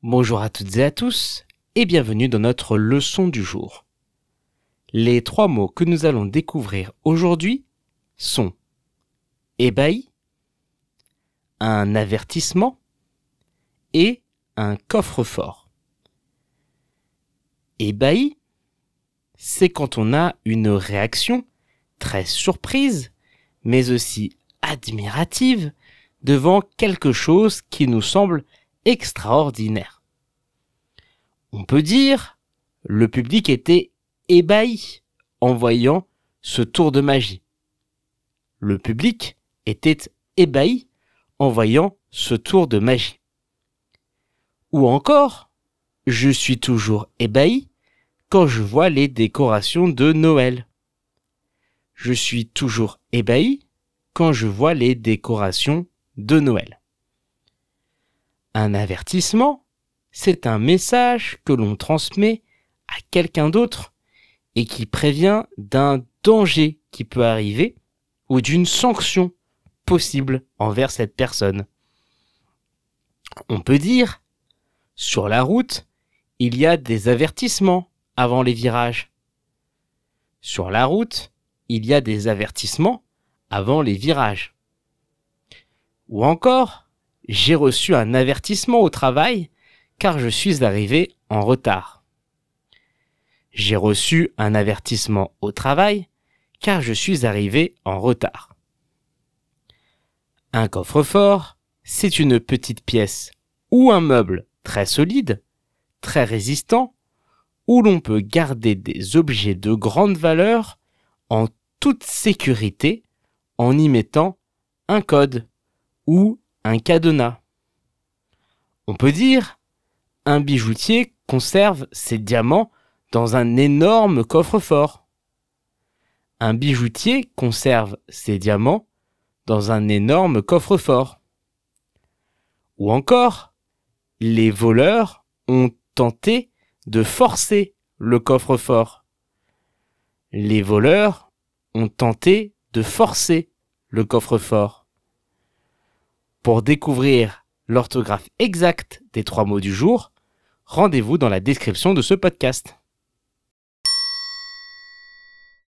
Bonjour à toutes et à tous et bienvenue dans notre leçon du jour. Les 3 mots que nous allons découvrir aujourd'hui sont ébahi, un avertissement et un coffre-fort. Ébahi, c'est quand on a une réaction très surprise mais aussi admirative devant quelque chose qui nous semble extraordinaire. On peut dire, le public était ébahi en voyant ce tour de magie. Le public était ébahi en voyant ce tour de magie. Ou encore, je suis toujours ébahi quand je vois les décorations de Noël. Je suis toujours ébahi quand je vois les décorations de Noël. Un avertissement, c'est un message que l'on transmet à quelqu'un d'autre et qui prévient d'un danger qui peut arriver ou d'une sanction possible envers cette personne. On peut dire, sur la route, il y a des avertissements avant les virages. Sur la route, il y a des avertissements avant les virages. Ou encore, j'ai reçu un avertissement au travail car je suis arrivé en retard. J'ai reçu un avertissement au travail car je suis arrivé en retard. Un coffre-fort, c'est une petite pièce ou un meuble très solide, très résistant, où l'on peut garder des objets de grande valeur en toute sécurité en y mettant un code ou un cadenas. On peut dire, un bijoutier conserve ses diamants dans un énorme coffre-fort. Un bijoutier conserve ses diamants dans un énorme coffre-fort. Ou encore, les voleurs ont tenté de forcer le coffre-fort. Les voleurs ont tenté de forcer le coffre-fort. Pour découvrir l'orthographe exacte des 3 mots du jour, rendez-vous dans la description de ce podcast.